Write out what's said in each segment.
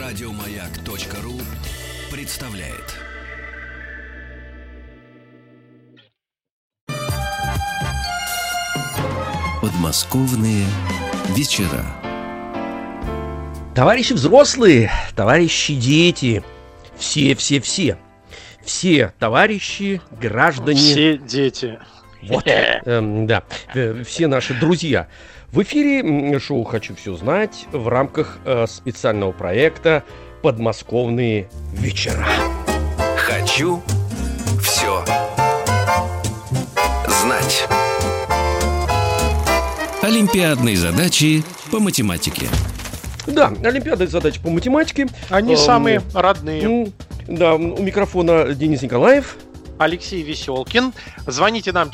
Радиомаяк.ру представляет. Подмосковные вечера. Товарищи взрослые, товарищи дети, все товарищи, граждане. Все дети. Вот, да, все наши друзья. В эфире шоу «Хочу все знать» в рамках специального проекта «Подмосковные вечера». Хочу все знать. Олимпиадные задачи по математике. Да, олимпиадные задачи по математике. Они самые родные. Да, у микрофона Денис Николаев. Алексей Веселкин. Звоните нам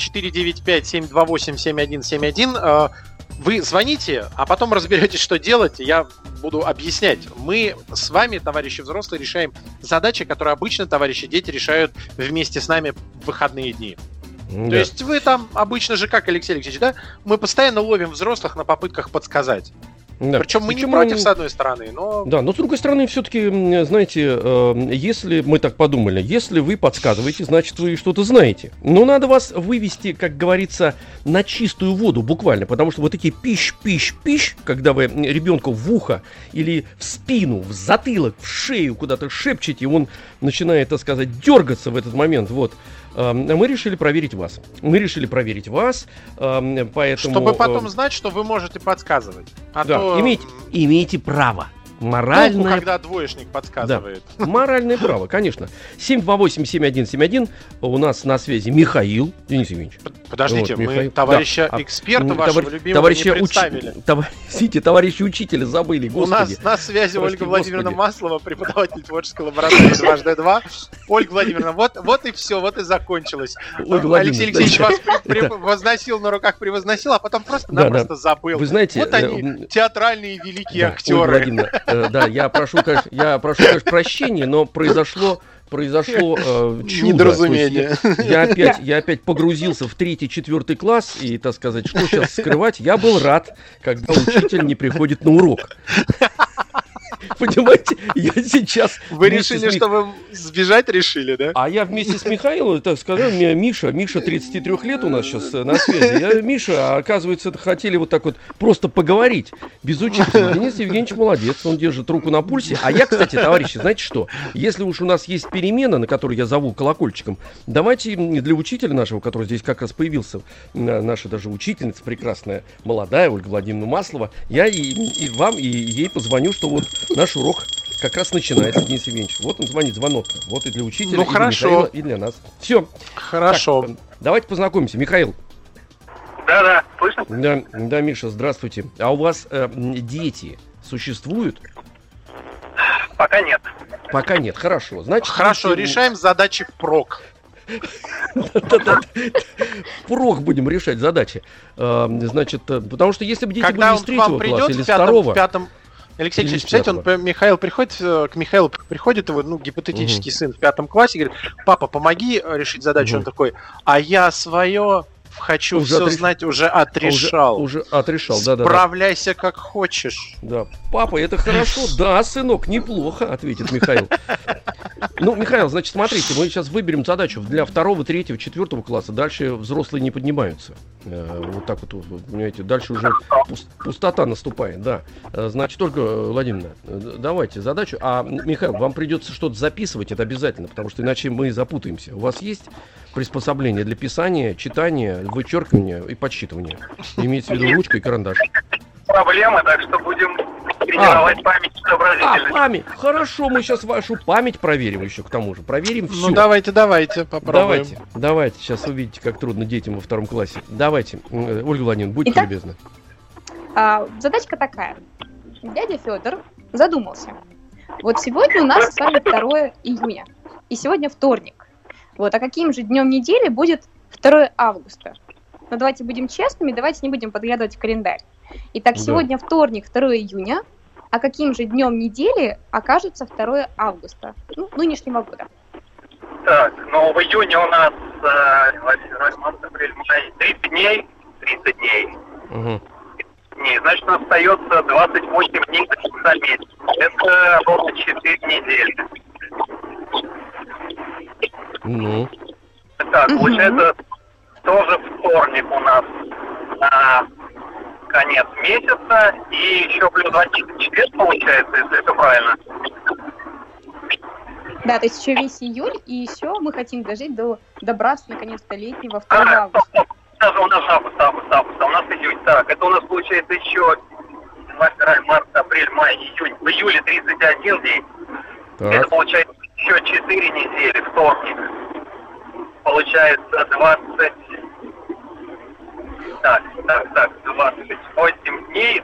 495-728-7171. Вы звоните, а потом разберетесь, что делать. Я буду объяснять. Мы с вами, товарищи взрослые, решаем задачи, которые обычно товарищи дети решают вместе с нами в выходные дни. Да. То есть вы там обычно же, как Алексей Алексеевич, да? Мы постоянно ловим взрослых на попытках подсказать. Да. Причем мы не против, с одной стороны, но... Да, но с другой стороны, все-таки, знаете, если мы так подумали, если вы подсказываете, значит, вы что-то знаете. Но надо вас вывести, как говорится, на чистую воду, буквально. Потому что вот такие пищ-пищ-пищ, когда вы ребенку в ухо или в спину, в затылок, в шею куда-то шепчете, он начинает, так сказать, дергаться в этот момент, вот. Мы решили проверить вас. Поэтому... Чтобы потом знать, что вы можете подсказывать. Да, имеете право. Моральное... когда двоечник подсказывает. Да, моральное право, конечно. 728-7171. У нас на связи Михаил. Денис Евгеньевич. Подождите, вот, мы товарища эксперта вашего любимого не представили. Товарищи учителя забыли, господи. У нас на связи Ольга Владимировна Маслова, преподаватель творческой лаборатории 2H2. Ольга Владимировна, вот и все, вот и закончилось. Алексей Алексеевич вас возносил на руках, превозносил, а потом просто-напросто забыл. Вы знаете, вот они, театральные великие актеры. Да, я прошу, конечно, прощения, но произошло чудо. Недоразумение. Я опять погрузился в 3-4 класс, и, так сказать, что сейчас скрывать, я был рад, когда учитель не приходит на урок. Понимаете, я сейчас... Вы решили, что вы сбежать решили, да? А я вместе с Михаилом, так сказал, Миша 33 лет у нас сейчас на связи. Миша, оказывается, хотели вот так вот просто поговорить без учителя. Денис Евгеньевич молодец, он держит руку на пульсе. А я, кстати, товарищи, знаете что? Если уж у нас есть перемена, на которую я зову колокольчиком, давайте для учителя нашего, который здесь как раз появился, наша даже учительница прекрасная, молодая, Ольга Владимировна Маслова, я и вам, и ей позвоню, что вот наш урок как раз начинается, Денис Евгеньевич. Вот он звонит, звонок. Вот и для учителя, и для Михаила, и для нас. Все. Хорошо. Так, давайте познакомимся. Михаил. Да, слышно? Да, Миша, здравствуйте. А у вас дети существуют? Пока нет. Пока нет, хорошо. Значит, хорошо, решаем задачи впрок. Впрок будем решать задачи. Значит, потому что если бы дети были из 3-го класса или 2-го... Алексей Алексеевич, представляете, Михаил приходит его, гипотетический сын в 5 классе, говорит: папа, помоги решить задачу. Он такой: а я свое хочу все знать уже отрешал. Уже отрешал, да. Справляйся как хочешь. Да, папа, это хорошо. Да, сынок, неплохо, ответит Михаил. Михаил, значит, смотрите, мы сейчас выберем задачу для 2-го, 3-го, 4-го класса. Дальше взрослые не поднимаются. Вот так вот, понимаете, дальше уже пустота наступает, да. Значит, Ольга Владимировна, давайте задачу. А, Михаил, вам придется что-то записывать, это обязательно, потому что иначе мы запутаемся. У вас есть приспособление для писания, читания, вычеркивания и подсчитывания? Имеется в виду ручка и карандаш. Проблемы, так что будем тренировать память и сообразительность. Память. Хорошо, мы сейчас вашу память проверим еще к тому же. Проверим все. Давайте, попробуем. Давайте. Сейчас увидите, как трудно детям во 2 классе. Давайте, Ольга Владимировна, будьте любезны. Задачка такая. Дядя Федор задумался. Вот сегодня у нас с вами 2 июня. И сегодня вторник. Вот, а каким же днем недели будет 2 августа? Но давайте будем честными, давайте не будем подглядывать в календарь. Итак, сегодня вторник, 2 июня, а каким же днем недели окажется 2 августа, нынешнего года? Так, в июне у нас март, апрель, май, 30 дней. Угу. Не, дней. Значит, у нас остается 28 дней до конца месяца. Это ровно 4 недели. Ну, Так, получается, тоже вторник у нас на конец месяца. И еще плюс 1 четверг получается, если это правильно. Да, то есть еще весь июль, и еще мы хотим дожить добраться наконец-то летнего 2 августа. Даже у нас август, у нас июнь. Так, это у нас получается еще март, апрель, май, июнь. В июле 31 день. Это так. получается еще 4 недели, вторник. Получается 20... Так, 28 дней,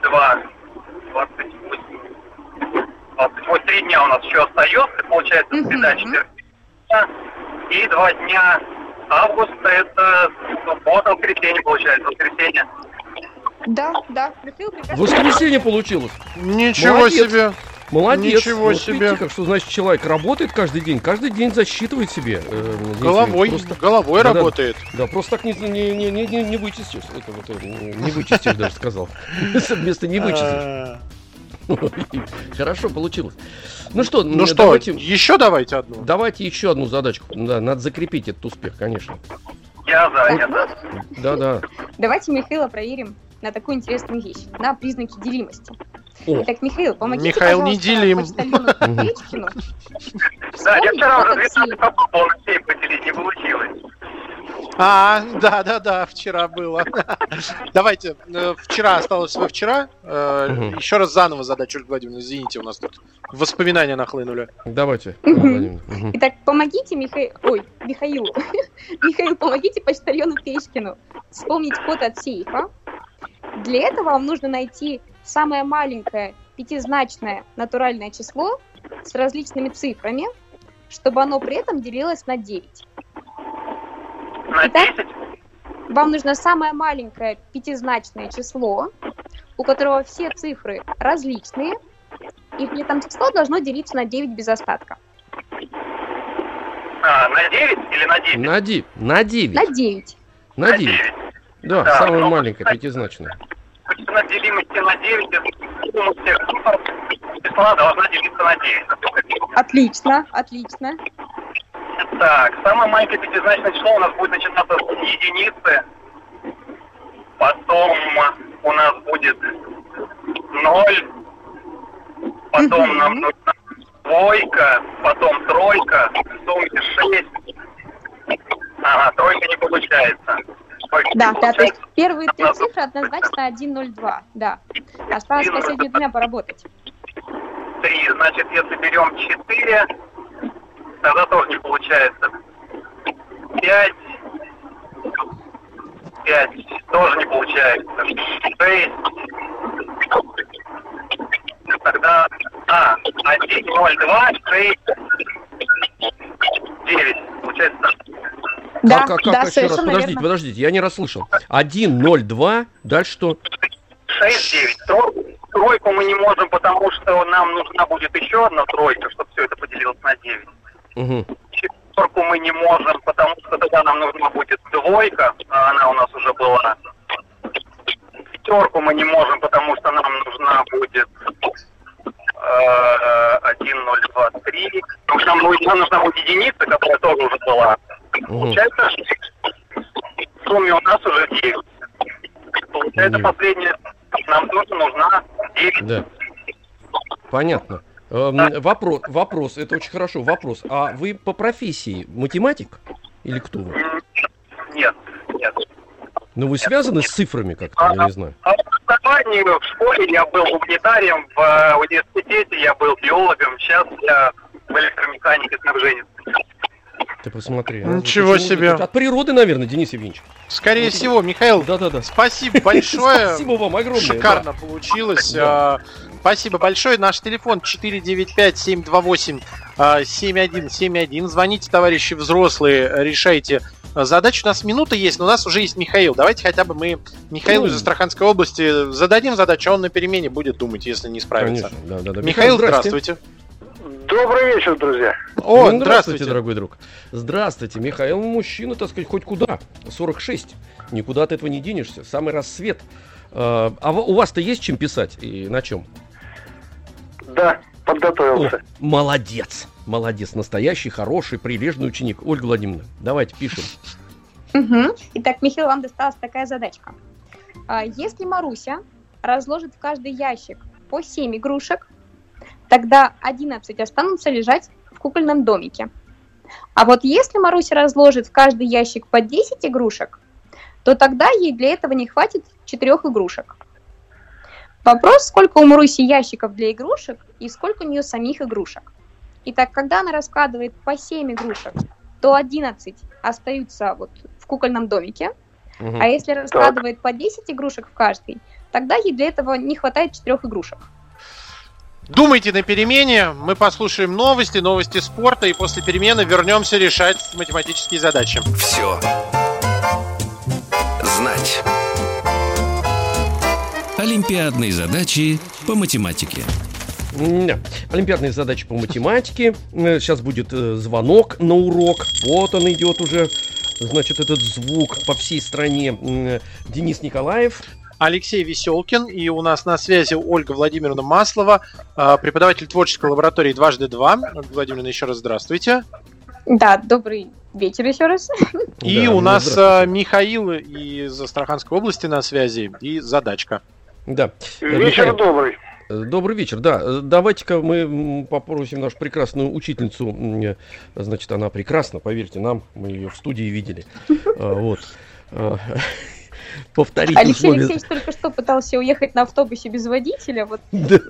28, 3 дня у нас еще остается, получается, среда, четверг, и 2 дня августа, это суббота, воскресенье, получается, воскресенье. Да, Михаил прекрасно. Воскресенье получилось. Ничего Молодец. себе. Молодец. Ничего Вот себе. видите, как что значит человек работает каждый день засчитывает себе. Головой Да-да. работает. Да, просто так не вычистишь. Это вот, не вычистишь, даже сказал. Вместо не вычистишь. Хорошо получилось. Ну что, давайте одну. Давайте еще одну задачку. Да, надо закрепить этот успех, конечно. Я занят. Да. Давайте Михаила проверим на такую интересную вещь, на признаки делимости. О, Итак, Михаил, помогите, Михаил не пожалуйста, делим. почтальону Печкину. Да, я вчера уже Вспомнить 12 попробовал на 7 поделить, не получилось. Да, вчера было. Давайте, вчера осталось всего вчера. Еще раз заново задачу, Ольга Владимировна, извините, у нас тут воспоминания нахлынули. давайте. Итак, помогите Михаилу. Михаил, помогите почтальону Печкину вспомнить код от сейфа. Для этого вам нужно найти самое маленькое пятизначное натуральное число с различными цифрами, чтобы оно при этом делилось на 9. На Итак, 10? вам нужно самое маленькое пятизначное число, у которого все цифры различные, и при этом число должно делиться на 9 без остатка. На 9 или на 10? На 9. На 9. На 9. Да, Да, самое ну, маленькое, пятизначное. На делимости на 9, сумма всех цифр числа должна делиться на 9. Отлично. Так, самое маленькое пятизначное число у нас будет начинаться с единицы, потом у нас будет 0, потом нам нужна двойка, потом тройка, в сумме 6. Тройка не получается. Да, то есть первые 3 цифры однозначно 1, 0, 2. Да. Осталось последние 2 поработать. 3, значит, если берем 4, тогда тоже не получается. 5 тоже не получается. 6, тогда 1, 0, 2, 6, 9. Получается так. Да, Как да, еще раз? совершенно верно. Подождите, я не расслышал. 1, 0, 2, дальше что? 6, 9. Тройку мы не можем, потому что нам нужна будет еще одна тройка, чтобы все это поделилось на 9. Угу. Четверку мы не можем, потому что тогда нам нужна будет двойка, а она у нас уже была. Пятерку мы не можем, потому что нам нужна будет 1, 0, 2, 3. Потому что нам нужна будет единица, которая тоже уже была. Получается, в сумме у нас уже 9. Получается, последняя нам тоже нужна 9. Да. Понятно. Вопрос, это очень хорошо. Вопрос. А вы по профессии математик? Или кто вы? Нет. Ну, вы связаны с цифрами как-то, я не знаю. В образовании, в школе я был гуманитарием, в университете я был биологом, сейчас я в электромеханике снабжения. Ты посмотри. Ничего себе. От природы, наверное, Денис Евгеньевич. Скорее всего, Михаил, Да. спасибо большое. Спасибо вам огромное. Шикарно получилось. Да. Спасибо большое. Наш телефон 495-728-7171. Звоните, товарищи взрослые, решайте задачу. У нас минута есть, но у нас уже есть Михаил. Давайте хотя бы мы Михаилу из Астраханской области зададим задачу, а он на перемене будет думать, если не справится. Конечно, да. Михаил, здравствуйте. Добрый вечер, друзья. Здравствуйте, дорогой друг. Здравствуйте, Михаил. Мужчина, так сказать, хоть куда. 46. Никуда от этого не денешься. Самый рассвет у вас-то есть чем писать и на чем? Да, подготовился. Молодец, настоящий, хороший, прилежный ученик. Ольга Владимировна, давайте пишем. Итак, Михаил, вам досталась такая задачка. Если Маруся разложит в каждый ящик по 7 игрушек, тогда 11 останутся лежать в кукольном домике. А вот если Маруся разложит в каждый ящик по 10 игрушек, то тогда ей для этого не хватит 4 игрушек. Вопрос, сколько у Маруси ящиков для игрушек и сколько у нее самих игрушек. Итак, когда она раскладывает по 7 игрушек, то 11 остаются вот в кукольном домике, а если раскладывает по 10 игрушек в каждый, тогда ей для этого не хватает 4 игрушек. Думайте на перемене, мы послушаем новости спорта, и после перемены вернемся решать математические задачи. Все знать. Олимпиадные задачи по математике. Олимпиадные задачи по математике. Сейчас будет звонок на урок. Вот он идет уже. Значит, этот звук по всей стране. Денис Николаев. Алексей Веселкин, и у нас на связи Ольга Владимировна Маслова, преподаватель творческой лаборатории «Дважды два». Ольга Владимировна, еще раз здравствуйте. Да, добрый вечер еще раз. И у нас Михаил из Астраханской области на связи, и задачка. Да. Вечер добрый. Добрый вечер, да. Давайте-ка мы попросим нашу прекрасную учительницу. Значит, она прекрасна, поверьте нам, мы ее в студии видели. Вот. Повторить Алексей условия. Алексеевич только что пытался уехать на автобусе без водителя. Вот.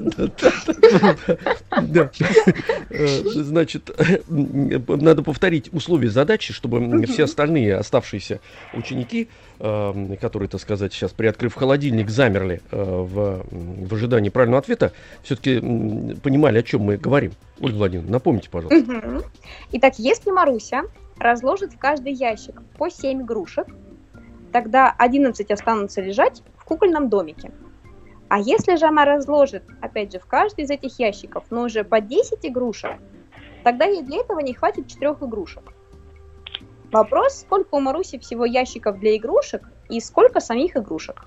Да. Значит, надо повторить условия задачи, чтобы все остальные оставшиеся ученики, которые, так сказать, сейчас, приоткрыв холодильник, замерли в ожидании правильного ответа, все-таки понимали, о чем мы говорим. Ольга Владимировна, напомните, пожалуйста. Итак, если Маруся разложит в каждый ящик по 7 игрушек, тогда 11 останутся лежать в кукольном домике. А если же она разложит, опять же, в каждый из этих ящиков, но уже по 10 игрушек, тогда ей для этого не хватит 4 игрушек. Вопрос, сколько у Маруси всего ящиков для игрушек и сколько самих игрушек?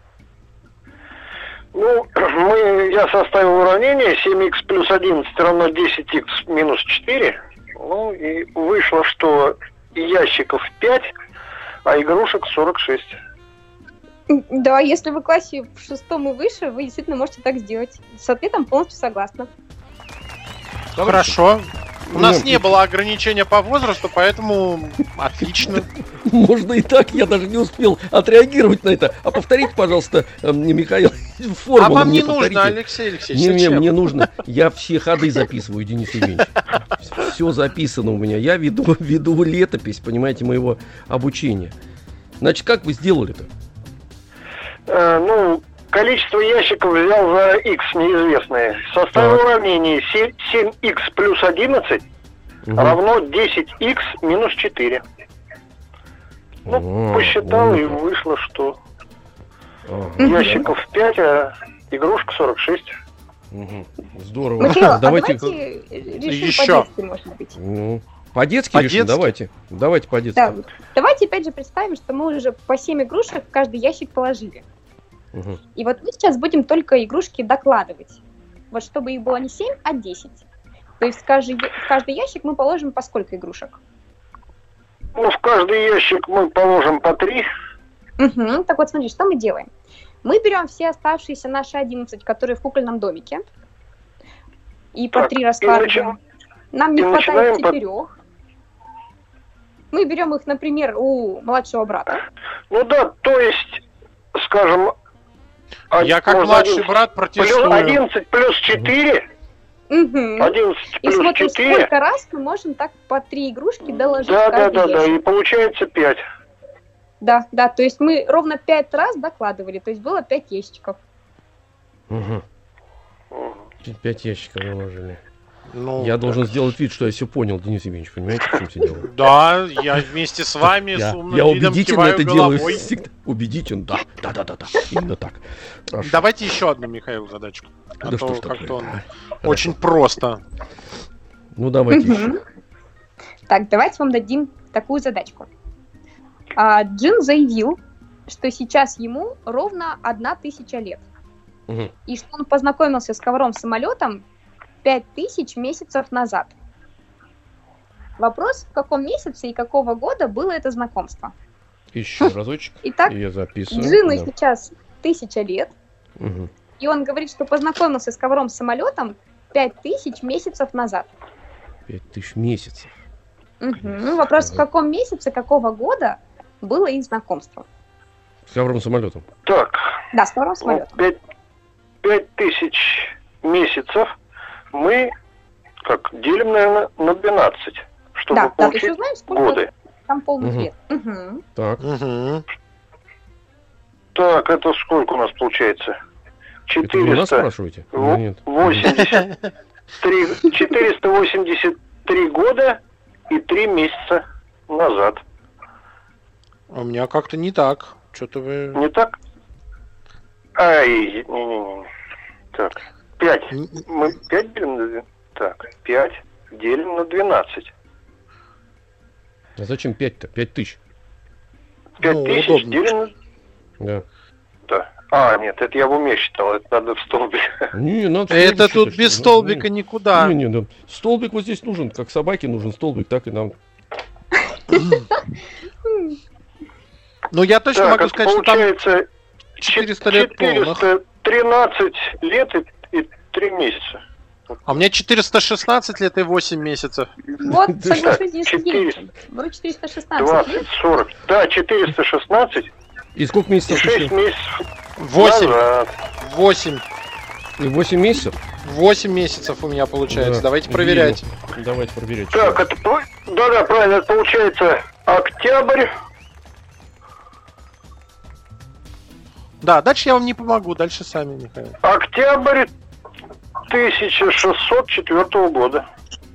Ну, я составил уравнение 7х плюс 11 равно 10х минус 4. Ну, и вышло, что ящиков 5, а игрушек 46. Да, если вы в классе в 6 и выше, вы действительно можете так сделать. С ответом полностью согласна. Хорошо. У нас не было ограничения по возрасту, поэтому отлично. Можно и так, я даже не успел отреагировать на это. А повторите, пожалуйста, Михаил, формулу. А вам не повторите. нужно, Алексей Алексеевич, Не, зачем? мне нужно. Я все ходы записываю, Денис Евгеньевич. Все записано у меня. Я веду летопись, понимаете, моего обучения. Значит, как вы сделали-то? Ну, количество ящиков взял за x неизвестное. Составил уравнение 7х плюс 11 равно 10х минус 4. Ну, посчитал и вышло, что ящиков 5, а игрушка 46. Здорово. Михаил, Давайте решим еще. по-детски, может быть. по-детски решим, давайте. Давайте по-детски. Да, давайте опять же представим, что мы уже по 7 игрушек в каждый ящик положили. И вот мы сейчас будем только игрушки докладывать. Вот чтобы их было не 7, а 10. То есть в каждый ящик мы положим по сколько игрушек? Ну, в каждый ящик мы положим по 3. Так вот, смотри, что мы делаем. Мы берем все оставшиеся наши 11, которые в кукольном домике, и по 3 раскладываем. Нам не хватает 4. Мы берем их, например, у младшего брата. Ну да, то есть, скажем... Я как младший брат протестую. 11 плюс 4. 11 И плюс смотрим, 4. сколько раз мы можем так по 3 игрушки доложить в Да, каждый ящик. и получается 5. Да, то есть мы ровно 5 раз докладывали, то есть было 5 ящиков. 5 ящиков наложили. Ну, я должен сделать вид, что я все понял, Денис Евгеньевич, понимаете, в чем все дело? Да, я вместе с вами с умным Я видом убедительно киваю это головой. делаю всегда. Убедительно, да, именно так. Хорошо. Давайте еще одну, Михаил, задачку. А Да то что ж как-то такое? он очень просто. Ну, давайте еще. Так, давайте вам дадим такую задачку. Джин заявил, что сейчас ему ровно 1000 лет. Мгм. И что он познакомился с ковром-самолетом 5000 месяцев назад. Вопрос, в каком месяце и какого года было это знакомство? Еще разочек. Итак, Я записываю. Джину Да. сейчас 1000 лет, Мгм. и он говорит, что познакомился с ковром-самолетом 5000 месяцев назад. 5000 месяцев. Мгм. Вопрос, в каком месяце какого года было их знакомство? С ковром-самолетом. Так, Да, с ковром-самолетом. 5000 месяцев мы делим, наверное, на 12, чтобы Да, ты получить еще знаешь, сколько годы. там полных Мгм. лет? Мгм. Так. Мгм. Так, это сколько у нас получается? Это вы у нас 400. спрашиваете? Во- Нет. 483 года и 3 месяца назад. У меня как-то не так. Что-то вы... Не так? Ай, не-не-не. Так, 5. Н- Мы 5 делим на 12. Так, 5 делим на 12. А зачем 5-то? 5000. 5000 удобно. делим на... Да. Да. А, нет, это я в уме считал, это надо в столбик. Не, надо Это столбик тут считать, без что- столбика никуда. Не, да. Столбик вот здесь нужен, как собаке нужен столбик, так и нам. Но я точно Так, могу это сказать, что там получается 400 лет полных. 413 лет и 3 месяца. А у меня 416 лет и 8 месяцев. Вот, Ты соглашусь с 400. Евгением. Вроде 416 20, лет. 40. Да, 416 И сколько и месяцев? 6 еще? месяцев 8. назад. 8. И 8 месяцев? 8 месяцев у меня получается. Да. Давайте проверять. Верю. Давайте проверять. Так, это... Да-да, правильно, это получается октябрь. Да, дальше я вам не помогу. Дальше сами, Михаил. Октябрь 1604 года.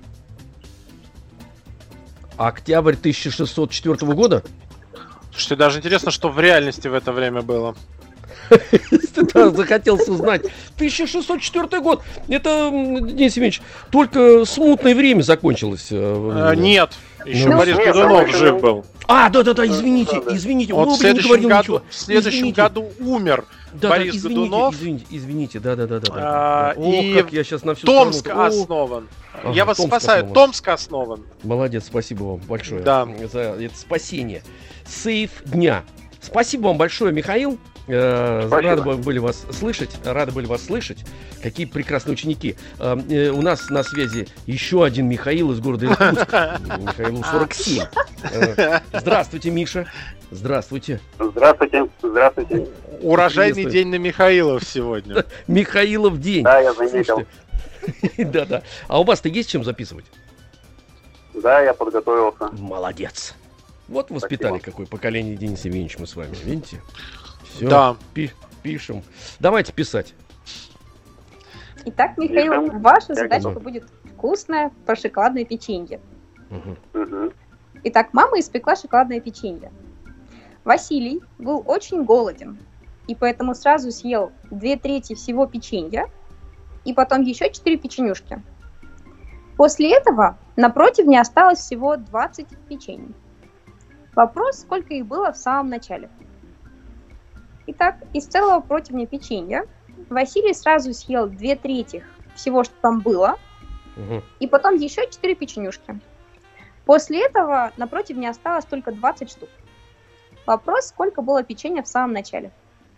Октябрь 1604 года? Слушайте, даже интересно, что в реальности в это время было. Ты да, захотелся узнать. 1604 год. Это, Денис Евгеньевич, только смутное время закончилось. Нет. Еще Ну, Борис нет, Годунов там жив еще- был. Да, извините, извините. Он в вовремя не следующем говорил году, ничего. в следующем Извините. году умер Да, Борис извините, Годунов. извините, да. А, Ох, и как я сейчас на всю Томск страну- О, основан. Ага, Я вас Томск спасаю. основан. Томск основан. Молодец, спасибо вам большое Да. за это спасение. Сейф дня. Спасибо вам большое, Михаил. Рады были вас слышать. Какие прекрасные ученики. У нас на связи еще один Михаил из города Иркутск. Михаилу 47. Здравствуйте, Миша. Здравствуйте. Здравствуйте. Здравствуйте. Урожайный Приветствую. день на Михаилов сегодня. Михаилов день. Да, я заметил. Слушайте. Да. А у вас-то есть чем записывать? Да, я подготовился. Молодец. Вот воспитали Спасибо. какое поколение, Денис Евгеньевич, мы с вами. Видите? Все. Да. Пишем. Давайте писать. Итак, Михаил, Миша, ваша я задачка готов. будет вкусное прошоколадное печенье. Мгм. Угу. Итак, мама испекла шоколадное печенье. Василий был очень голоден, и поэтому сразу съел 2/3 всего печенья, и потом еще 4 печенюшки. После этого на противне осталось всего 20 печений. Вопрос, сколько их было в самом начале. Итак, из целого противня печенья Василий сразу съел 2/3 всего, что там было, Мгм. и потом еще 4 печенюшки. После этого на противне осталось только 20 штук. Вопрос, сколько было печенья в самом начале.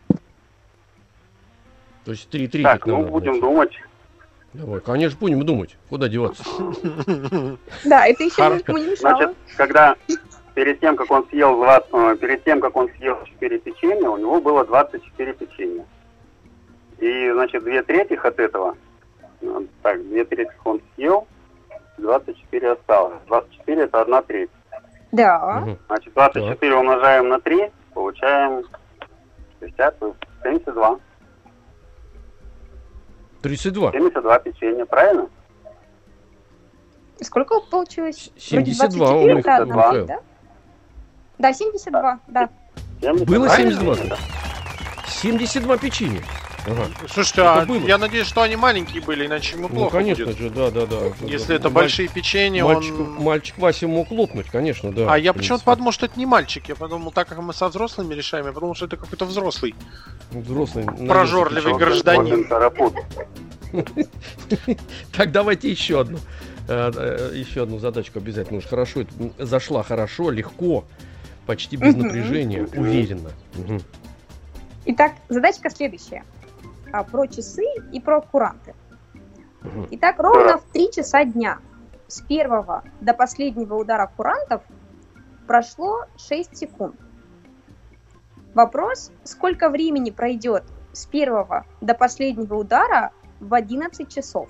То есть 3 Так, ну будем думать. Давай, конечно, будем думать. Куда деваться? Да, это еще Хар- никому не мешало. Значит, когда перед тем, как он съел 4 печенья, у него было 24 печенья. И, значит, 2/3 от этого, 2/3 он съел, 24 осталось. 24 это 1/3. Да. Мгм. Значит, 24 умножаем на 3, получаем 60, 72. 32. 72 печенья, правильно? Сколько получилось? 72 Вроде у 24, них, да, Михаил. да? Да, 72, да. 72. Было Правильно? 72. 72 печенья. Ага. Слушайте, Это было. я надеюсь, что они маленькие были, иначе ему Ну, плохо конечно будет. же, да. Если это Маль- большие печенья, Мальчик Вася мог лопнуть, конечно, да. А я в почему-то принципе. подумал, что это не мальчик. Я подумал, так как мы со взрослыми решаем, я подумал, что это какой-то взрослый. Взрослый. Прожорливый наверное, гражданин. Так, давайте еще одну. Еще одну задачку обязательно. Уж хорошо, это зашла хорошо, легко, почти без напряжения, уверенно. Мгм. Итак, задачка следующая. Про часы и про куранты. Мгм. Итак, ровно в 3 часа дня с первого до последнего удара курантов прошло 6 секунд. Вопрос, сколько времени пройдет с первого до последнего удара в 11 часов?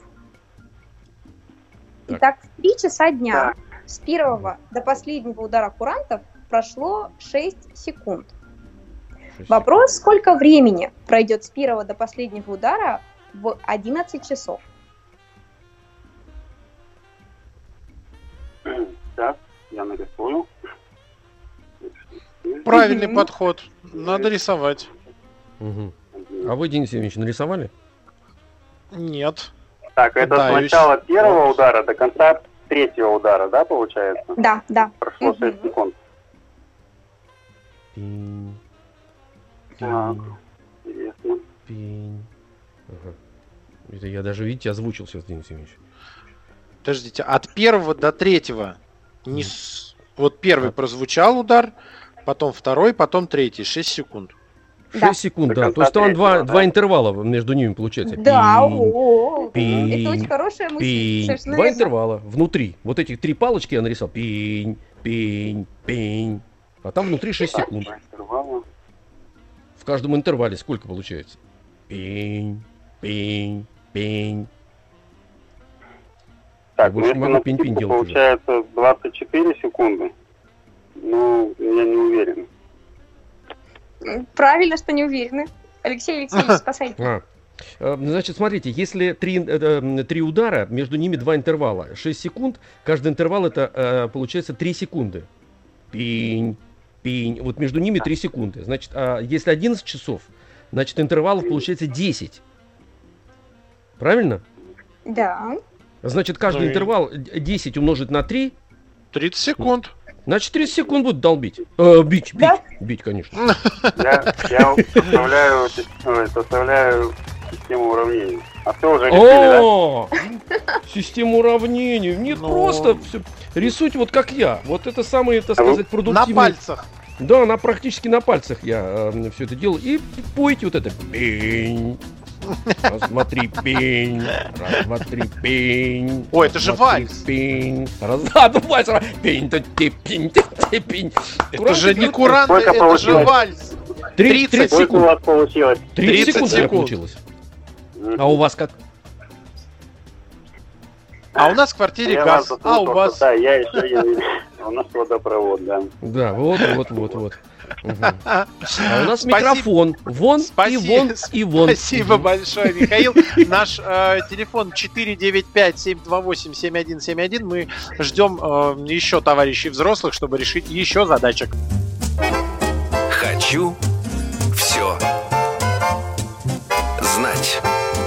Так. Итак, в 3 часа дня с первого до последнего удара курантов прошло 6 секунд. Вопрос, сколько времени пройдет с первого до последнего удара в 11 часов? Сейчас, я нарисую. Правильный Мгм. подход. Надо рисовать. Мгм. А вы, Денис Евгеньевич, нарисовали? Нет. Так, это Да, с начала первого удара до конца третьего удара, да, получается? Да. Прошло 6 Мгм. секунд. Пинь, Так, пинь, интересно. пинь. Ага. Это я даже, видите, озвучил сейчас, Денис Евгеньевич. Подождите, от первого до третьего. Вот первый прозвучал удар, потом второй, потом третий. 6 секунд. 6 Да. секунд, До да. конца То есть там третьего, два да? интервала между ними получается. Да, Пинь, пинь, это очень хорошая мысль. пинь. Совершенно Два верно. интервала внутри. Вот этих 3 палочки я нарисовал. Пинь, пинь, пинь. А там внутри 6 секунд. Два интервала. В каждом интервале сколько получается? Пинь, пинь, пинь. Так, больше если могу на пинь-пинь скидку делать уже. получается 24 секунды. Ну, я не уверен. Правильно, что не уверены. Алексей Алексеевич, спасайте. Значит, смотрите, если 3 удара, между ними 2 интервала. 6 секунд, каждый интервал это получается 3 секунды. Пинь, пинь. Вот между ними 3 секунды. Значит, если 11 часов, значит интервалов получается 10. Правильно? Да. Значит, каждый Ну и- интервал 10 умножить на 3, 30 секунд. значит 30 секунд будут долбить. Бить, Да. бить, конечно. Я составляю систему уравнений. А все уже решили, да? О, систему уравнений. Нет, Ну. просто всё. Рисуйте вот как я. Вот это самые, так сказать, На продуктивные. пальцах. Да, практически на пальцах я все это делаю. И пойте вот это. Пень. Раз, два, три, пень. Раз, два, три, пень. Ой, Раз, это же два, три, вальс. Пень. Раз, два, ну вальс. Пень, то ти, пень, ти, пень. Это же не идет. куранты, Сколько это же получилось? вальс. 30 30 Сколько у секунд. вас получилось? 30 30 секунд у меня секунд. получилось. А у вас как? А у нас в квартире Я газ. вас А у заслушал, вас... Да, я еще у нас водопровод, да. Да, вот. Мгм. А у нас Спасибо. микрофон. Вон и вон и вон. Спасибо Мгм. большое, Михаил. Наш телефон 495-728-7171. Мы ждем еще товарищей взрослых, чтобы решить еще задачек. Хочу все знать.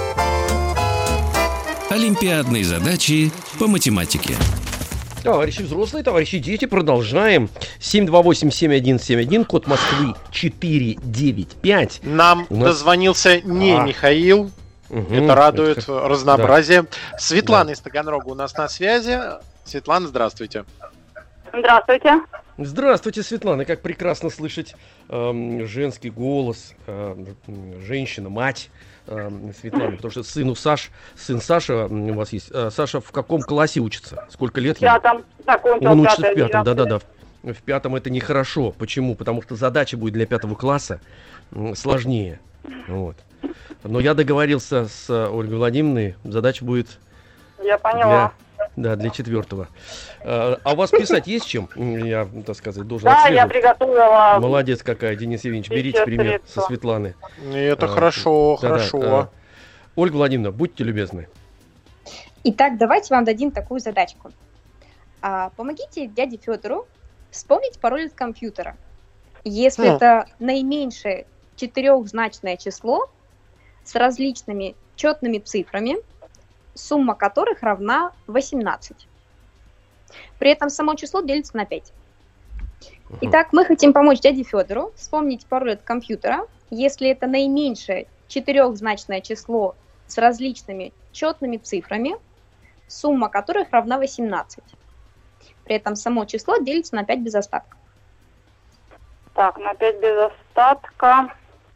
Олимпиадные задачи по математике. Товарищи взрослые, товарищи дети, продолжаем. 728-7171, код Москвы 495. Нам У нас- дозвонился не Михаил. Мгм. Это радует разнообразие. Светлана Да. из Таганрога у нас на связи. Светлана, здравствуйте. Здравствуйте. Здравствуйте, Светлана. Как прекрасно слышать женский голос, женщина, мать Светланы. Потому что сын Саша у вас есть. Саша в каком классе учится? Сколько лет В ему? пятом. Закончил Он учится в пятое, пятом, девятое. да. В пятом это нехорошо. Почему? Потому что задача будет для 5 класса сложнее. Вот. Но я договорился с Ольгой Владимировной, задача будет Я поняла. для 4. А у вас писать есть чем? Я, так сказать, должен Да, я отслеживать. приготовила. Молодец какая, Денис Евгеньевич. Берите пример со средства. Светланы. И это А, хорошо, Да-да, хорошо. Ольга Владимировна, будьте любезны. Итак, давайте вам дадим такую задачку. Помогите дяде Федору вспомнить пароль от компьютера. Если это наименьшее 4-значное число, с различными четными цифрами, сумма которых равна 18. При этом само число делится на 5. Итак, мы хотим помочь дяде Федору вспомнить пароль от компьютера, если это наименьшее четырехзначное число с различными четными цифрами, сумма которых равна 18. При этом само число делится на 5 без остатка. Так, на 5 без остатка.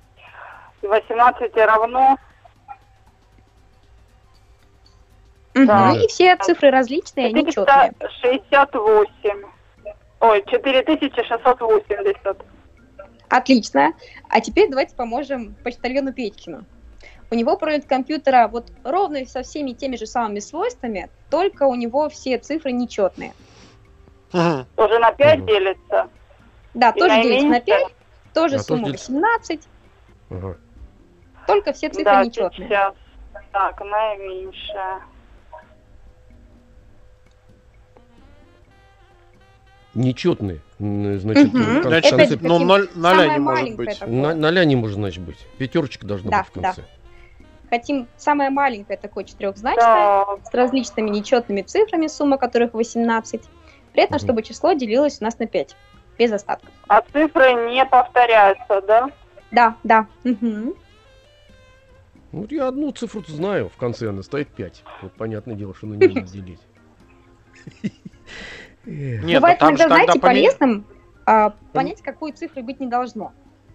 18 равно. Угу. И все цифры различные, они четные. 468. Ой, 4680. Отлично. А теперь давайте поможем почтальону Петькину. У него пароль от компьютера вот ровно со всеми теми же самыми свойствами, только у него все цифры нечетные. Тоже на 5 делится? Да, И тоже делится на 5, тоже А, сумма тоже 18, Ага. только все цифры Да, нечетные. сейчас. Так, наименьшая. Нечетные. Значит, Мгм. в Значит, конце Это ну, таким ноля самое не может маленькое быть. такое. ноля не может, значит, быть. Пятерочка должна Да, быть в конце. Хотим самое маленькое такое четырехзначное, Так, с различными нечетными цифрами, сумма которых 18. При этом, Мгм. чтобы число делилось у нас на 5, без остатка. а цифры не повторяются, да? Да, да. Мгм. Вот я одну цифру знаю, в конце она стоит 5. Вот понятное дело, что на нее надо делить. Нет, Бывает ну там же иногда, тогда знаете, полезным понять, какой цифры быть не должно.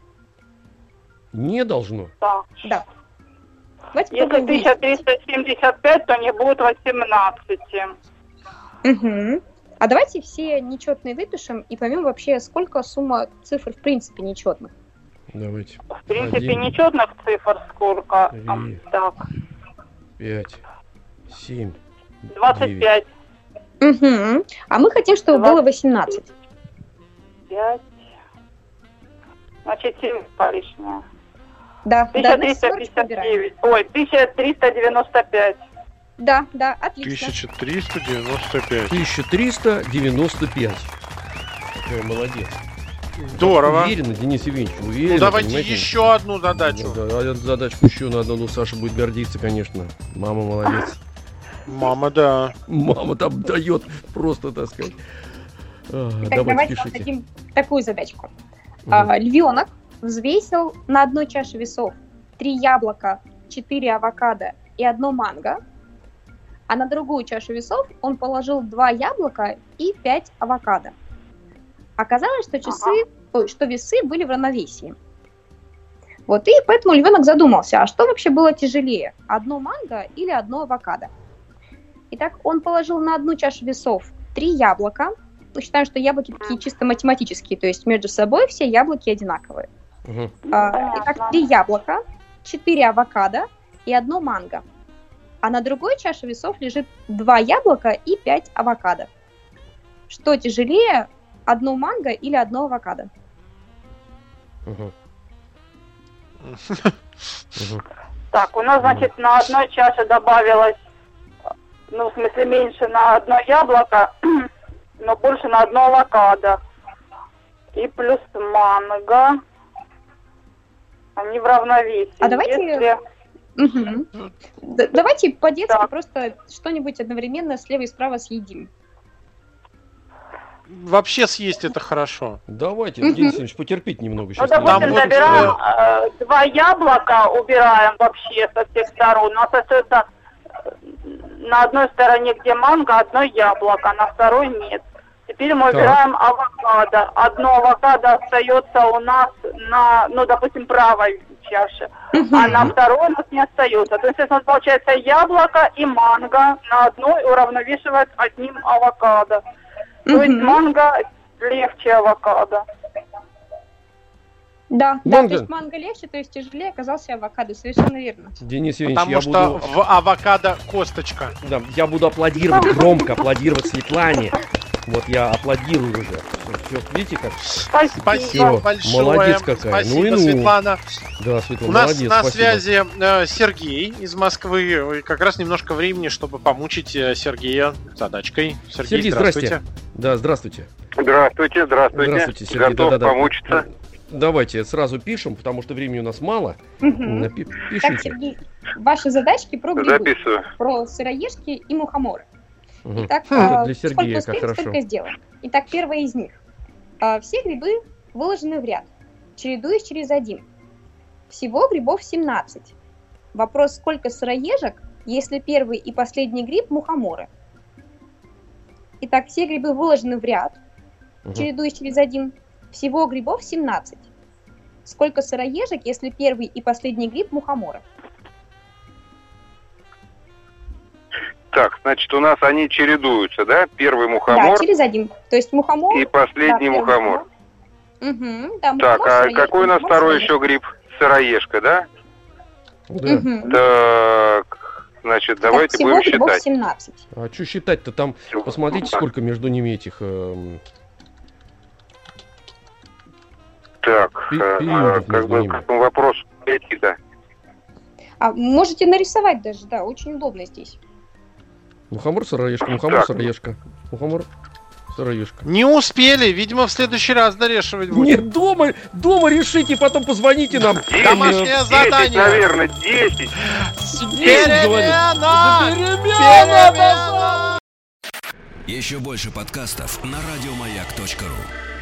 Не должно. Так. Да. Давайте Если попробуем выяснить. 1375, то не будет 18. Мгм. А давайте все нечетные выпишем и поймем вообще, сколько сумма цифр в принципе нечетных. Давайте. В принципе, 1, нечетных цифр сколько? 3, Так, 5, 7. 25. Угу. А мы хотим, чтобы было 18. 5. Значит, 7 лишнее. Да, да, значит, семерочку убираем. 1359. Ой, 1395. Да, да, отлично. 1395. 1395. Какая молодец. Здорово. Уверенно, Денис Евгеньевич, уверенно. Ну давайте понимаете? еще одну задачу. Да, да, задачку еще надо, ну Саша будет гордиться, конечно. Мама молодец. Мама, да. Мама там дает просто, так сказать. Итак, Давайте давайте пишите. дадим такую задачку. Мгм. Львенок взвесил на одной чаше весов 3 яблока, 4 авокадо и 1 манго, а на другую чашу весов он положил 2 яблока и 5 авокадо. Оказалось, что что весы были в равновесии. Вот, и поэтому львенок задумался, а что вообще было тяжелее, 1 манго или 1 авокадо? Итак, он положил на одну чашу весов 3 яблока. Мы считаем, что яблоки такие чисто математические, то есть между собой все яблоки одинаковые. Мгм. Итак, 3 яблока, 4 авокадо и 1 манго. А на другой чаше весов лежит 2 яблока и 5 авокадо. Что тяжелее, 1 манго или 1 авокадо? Мгм. Мгм. Так, у нас, значит, на одной чаше добавилось, ну, в смысле, меньше на 1 яблоко, но больше на 1 авокадо. И плюс манго. Они в равновесии. А давайте- Если- Мгм. Давайте по-детски Так. просто что-нибудь одновременно слева и справа съедим. Вообще съесть это хорошо. Давайте, Мгм. Денис Евгеньевич, потерпеть немного Ну, сейчас. допустим, Там вот, забираем 2 яблока, убираем вообще со всех сторон. У нас остается на одной стороне, где манго, 1 яблоко, на второй нет. Теперь мы Так. убираем авокадо. 1 авокадо остается у нас на, ну, допустим, правой чаше, а на второй у нас не остается. То есть у нас получается яблоко и манго на одной уравновешивает 1 авокадо. То есть Мгм. манго легче авокадо. Да, да, Манго. то есть манго легче, то есть тяжелее оказался авокадо, совершенно верно. Денис Евгеньевич, Потому я что буду, в авокадо косточка. да, я буду аплодировать громко, аплодировать Светлане. Вот я аплодирую уже. Все, видите как? Спасибо Всё, большое. молодец какая. Спасибо, Ну и ну. Светлана. Да, Светлана, У нас молодец, на спасибо. связи Сергей из Москвы. И как раз немножко времени, чтобы помучить Сергея задачкой. Сергей, Сергей, здравствуйте. Да, здравствуйте. Здравствуйте, здравствуйте. Здравствуйте, Сергей. Готов Да-да-да. помучиться. давайте сразу пишем, потому что времени у нас мало. Мгм. Так, Пишите. Сергей, ваши задачки про грибы, Записываю. про сыроежки и мухоморы. Мгм. Итак, Для сколько Сергея, как успеем, хорошо. столько сделаем. Итак, первое из них. Все грибы выложены в ряд, чередуясь через один. Всего грибов 17. Вопрос, сколько сыроежек, если первый и последний гриб – мухоморы? Итак, все грибы выложены в ряд, Мгм. чередуясь через один. Всего грибов 17. Сколько сыроежек, если первый и последний гриб – мухоморы? Так, значит, у нас они чередуются, да? Первый Да, мухомор через один. То есть мухомор... и последний да, первый мухомор. Мгм, да, Так, мухомор, а сыроежка, какой у нас мухомор, второй сыроежка. еще гриб? Сыроежка, да? Да. Мгм. Так, значит, Итак, давайте всего будем грибов считать. 17. А что считать-то там? Посмотрите, сколько между ними этих... Так, периодов как между бы ними. к этому вопросу перейти-то. А можете нарисовать даже, да, очень удобно здесь. Мухомор, сыроежка, мухомор, Так. сыроежка. Мухомор, сыроежка. Не успели, видимо, в следующий раз дорешивать будем. Нет, дома решите, потом позвоните нам. Домашнее задание. 10, наверное, 10. Перемена! Перемена! Еще больше подкастов на радиомаяк.ру.